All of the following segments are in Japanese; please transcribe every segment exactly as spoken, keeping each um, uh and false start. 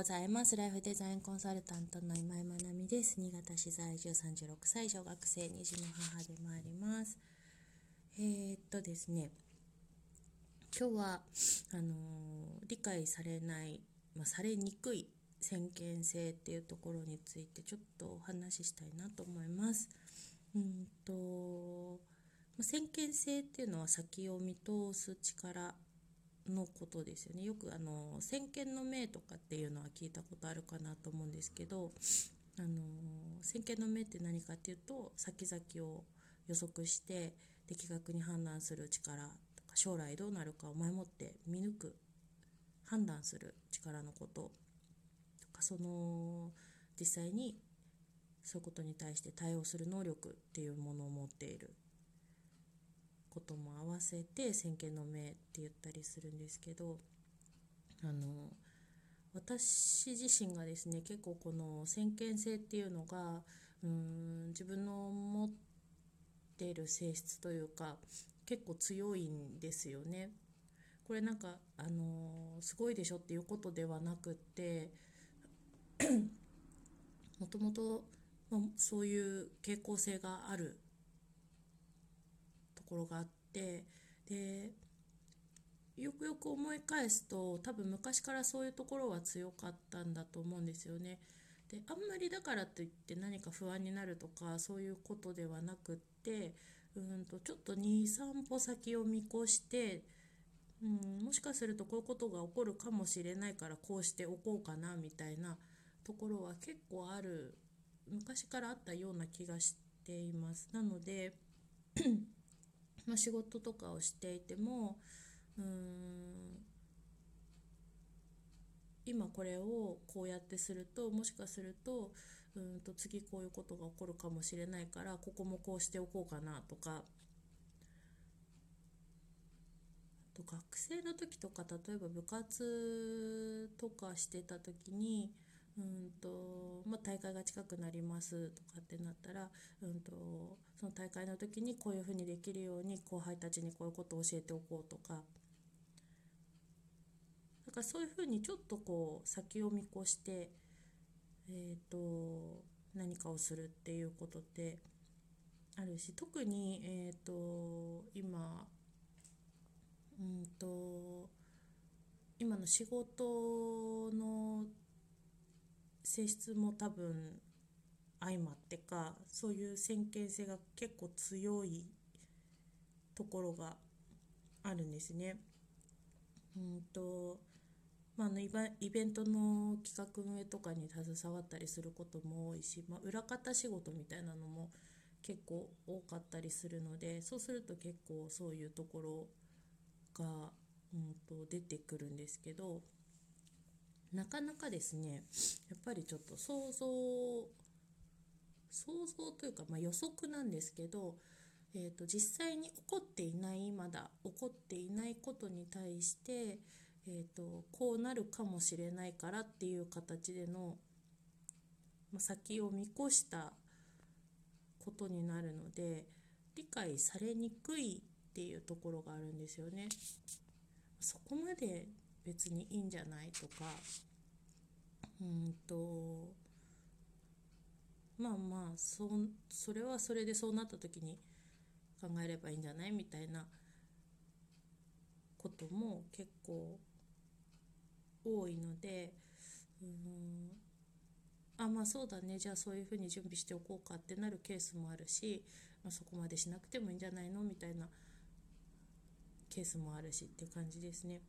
ざいます。ライフデザインコンサルタントの今井まなみです。新潟市在住さんじゅうろくさい、小学生に児の母でもあります。えー、っとですね今日はあのー理解されない、まあ、されにくい先見性っていうところについてちょっとお話ししたいなと思います。うんと先見性っていうのは先を見通す力のことですよね。よくあの先見の明とかっていうのは聞いたことあるかなと思うんですけど、あの先見の明って何かっていうと、先々を予測して的確に判断する力とか、将来どうなるかを前もって見抜く判断する力のこととか、その実際にそういうことに対して対応する能力っていうものを持っていることも合わせて先見の明って言ったりするんですけど、あの私自身がですね、結構この先見性っていうのがうーん自分の持っている性質というか結構強いんですよね。これなんかあのすごいでしょっていうことではなくって、もともとそういう傾向性があるところがあって、でよくよく思い返すと多分昔からそういうところは強かったんだと思うんですよね。であんまりだからといって何か不安になるとかそういうことではなくって、うんとちょっとにさん歩先を見越して、うん、もしかするとこういうことが起こるかもしれないからこうしておこうかなみたいなところは結構ある、昔からあったような気がしています。なので、まあ、仕事とかをしていてもうーん今これをこうやってするともしかするとうんと次こういうことが起こるかもしれないからここもこうしておこうかなとか、と学生の時とか例えば部活とかしてた時にうんと、まあ、大会が近くなりますとかってなったら、うんとその大会の時にこういうふうにできるように後輩たちにこういうことを教えておこうとか、だからそういうふうにちょっとこう先を見越してえー、と何かをするっていうことってあるし、特に、えー、と今うんと今の仕事の性質も多分相まってか、そういう先見性が結構強いところがあるんですね。うんとまあ、あのイベイベントの企画運営とかに携わったりすることも多いし、まあ、裏方仕事みたいなのも結構多かったりするので、そうすると結構そういうところが、うん、と出てくるんですけど、なかなかですねやっぱりちょっと想像想像というか、まあ、予測なんですけど、えーと実際に起こっていないまだ起こっていないことに対して、えーとこうなるかもしれないからっていう形での、まあ、先を見越したことになるので理解されにくいっていうところがあるんですよね。そこまで別にいいんじゃないとか、うんとまあまあそそれはそれでそうなった時に考えればいいんじゃないみたいなことも結構多いので、うーんあまあそうだね、じゃあそういうふうに準備しておこうかってなるケースもあるし、まあ、そこまでしなくてもいいんじゃないのみたいなケースもあるしっていう感じですね。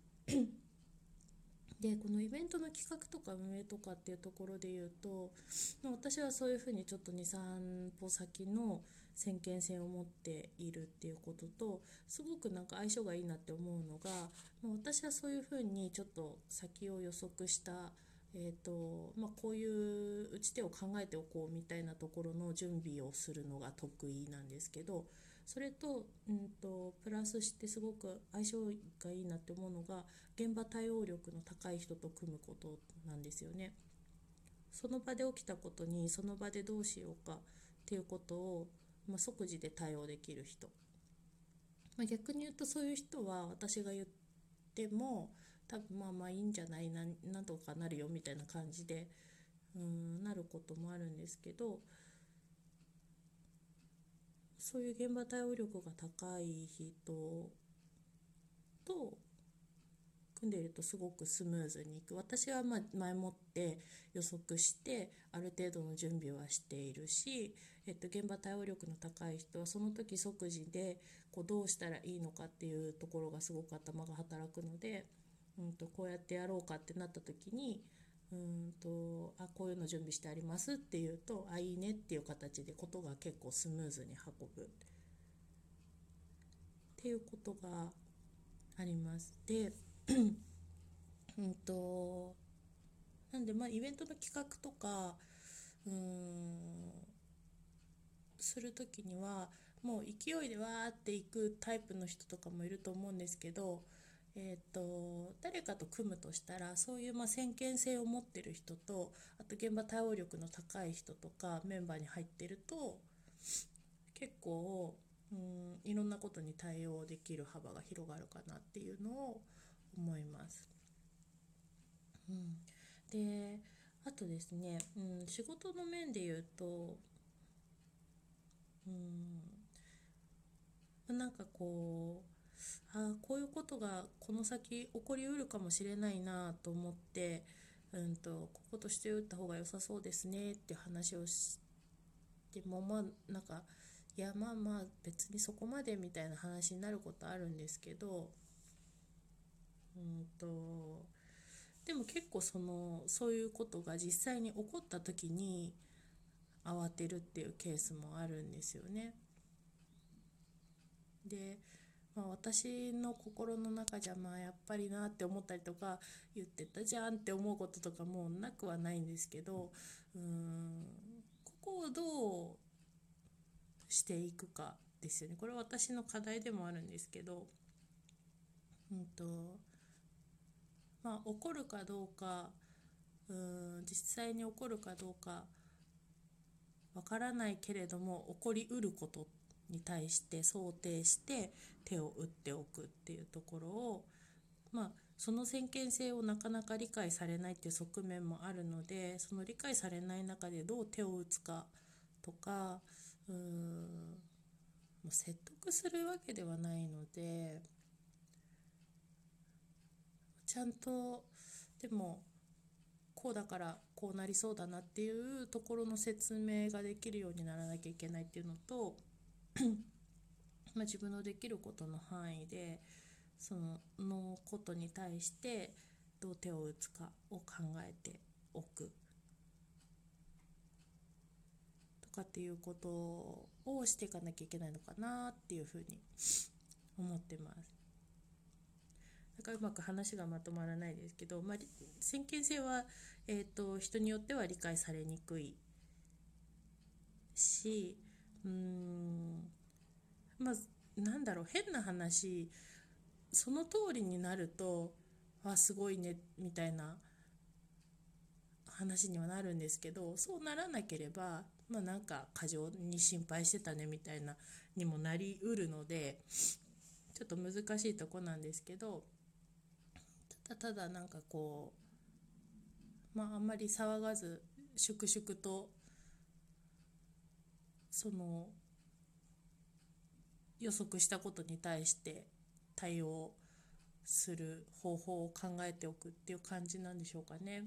でこのイベントの企画とか運営とかっていうところで言うと、まあ、私はそういうふうにちょっとにさん歩先の先見性を持っているっていうこととすごくなんか相性がいいなって思うのが、まあ、私はそういうふうにちょっと先を予測した、えーとまあ、こういう打ち手を考えておこうみたいなところの準備をするのが得意なんですけど、それと、うんとプラスしてすごく相性がいいなって思うのが現場対応力の高い人と組むことなんですよね。その場で起きたことにその場でどうしようかっていうことを、まあ、即時で対応できる人、まあ、逆に言うとそういう人は私が言っても多分まあまあいいんじゃない、なん、なんとかなるよみたいな感じで、うん、なることもあるんですけど、そういう現場対応力が高い人と組んでいるとすごくスムーズにいく。私はまあ前もって予測してある程度の準備はしているし、えっと、現場対応力の高い人はその時即時でこうどうしたらいいのかっていうところがすごく頭が働くので、うんと、こうやってやろうかってなった時に、うんとあこういうの準備してありますっていうと、あいいねっていう形でことが結構スムーズに運ぶっていうことがあります。でうんとなんでまあイベントの企画とかうーんする時にはもう勢いでわーっていくタイプの人とかもいると思うんですけど、えー、と誰かと組むとしたらそういうまあ先見性を持ってる人と、あと現場対応力の高い人とかメンバーに入ってると結構うんいろんなことに対応できる幅が広がるかなっていうのを思います。うん、であとですね、うん、仕事の面で言うと、うん、なんかこうあこういうことがこの先起こりうるかもしれないなと思って、うんと、こことして打った方が良さそうですねって話をしても、まあなんかいやまあまあ別にそこまでみたいな話になることあるんですけど、うんとでも結構そのそういうことが実際に起こった時に慌てるっていうケースもあるんですよね。で、まあ、私の心の中じゃまあやっぱりなって思ったりとか、言ってたじゃんって思うこととかもなくはないんですけど、うーんここをどうしていくかですよね。これは私の課題でもあるんですけど、うんとまあ、起こるかどうか、うーん実際に起こるかどうかわからないけれども起こりうることに対して想定して手を打っておくっていうところを、まあその先見性をなかなか理解されないっていう側面もあるので、その理解されない中でどう手を打つかとか、うーん説得するわけではないので、ちゃんとでもこうだからこうなりそうだなっていうところの説明ができるようにならなきゃいけないっていうのと、まあ、自分のできることの範囲でそののことに対してどう手を打つかを考えておくとかっていうことをしていかなきゃいけないのかなっていうふうに思ってます。だからうまく話がまとまらないですけど、まあ、先見性は、えーと、人によっては理解されにくいし、うーんまあなんだろう、変な話、その通りになるとあすごいねみたいな話にはなるんですけど、そうならなければまあなんか過剰に心配してたねみたいなにもなりうるので、ちょっと難しいとこなんですけど、ただただなんかこうまああんまり騒がず粛々とその予測したことに対して対応する方法を考えておくっていう感じなんでしょうかね。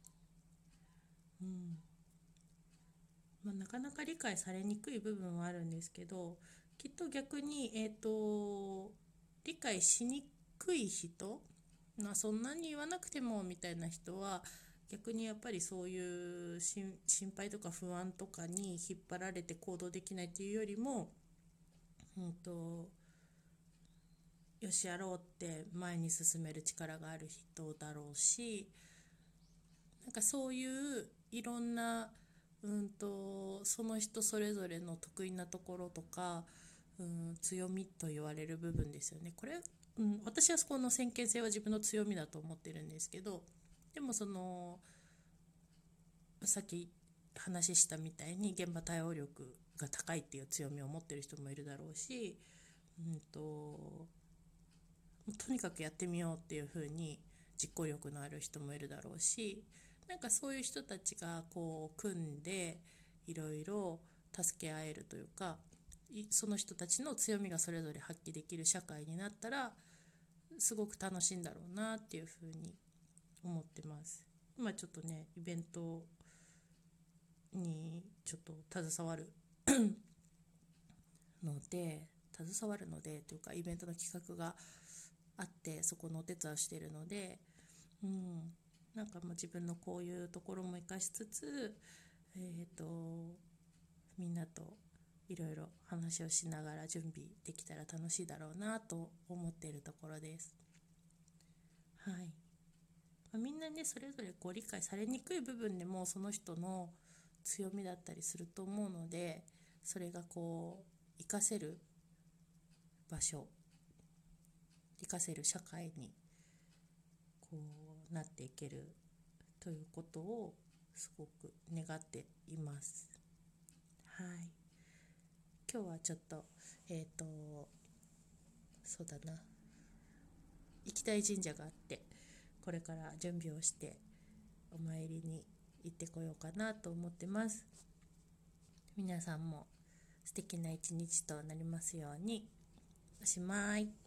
うんまあ、なかなか理解されにくい部分はあるんですけど、きっと逆に、えーと、理解しにくい人、まあ、そんなに言わなくてもみたいな人は逆にやっぱりそういう心配とか不安とかに引っ張られて行動できないっていうよりも、うんと、よしやろうって前に進める力がある人だろうし、なんかそういういろんな、うんと、その人それぞれの得意なところとか、うん、強みと言われる部分ですよね。これ、うん、私はそこの先見性は自分の強みだと思ってるんですけど、でもそのさっき話したみたいに現場対応力が高いっていう強みを持ってる人もいるだろうし、うんと、とにかくやってみようっていうふうに実行力のある人もいるだろうし、なんかそういう人たちがこう組んでいろいろ助け合えるというか、その人たちの強みがそれぞれ発揮できる社会になったらすごく楽しいんだろうなっていうふうに思ってます。今ちょっとねイベントにちょっと携わるので携わるのでというかイベントの企画があってそこのお手伝いをしているので、うん、なんかもう自分のこういうところも生かしつつ、えーとみんなといろいろ話をしながら準備できたら楽しいだろうなと思っているところです。はい、まあ、みんなねそれぞれこう理解されにくい部分でもその人の強みだったりすると思うので、それがこう活かせる場所、活かせる社会にこうなっていけるということをすごく願っています。はい、今日はちょっとえっ、ー、とそうだな行きたい神社があって、これから準備をしてお参りに行ってこようかなと思ってます。皆さんも素敵な一日となりますように。おしまい。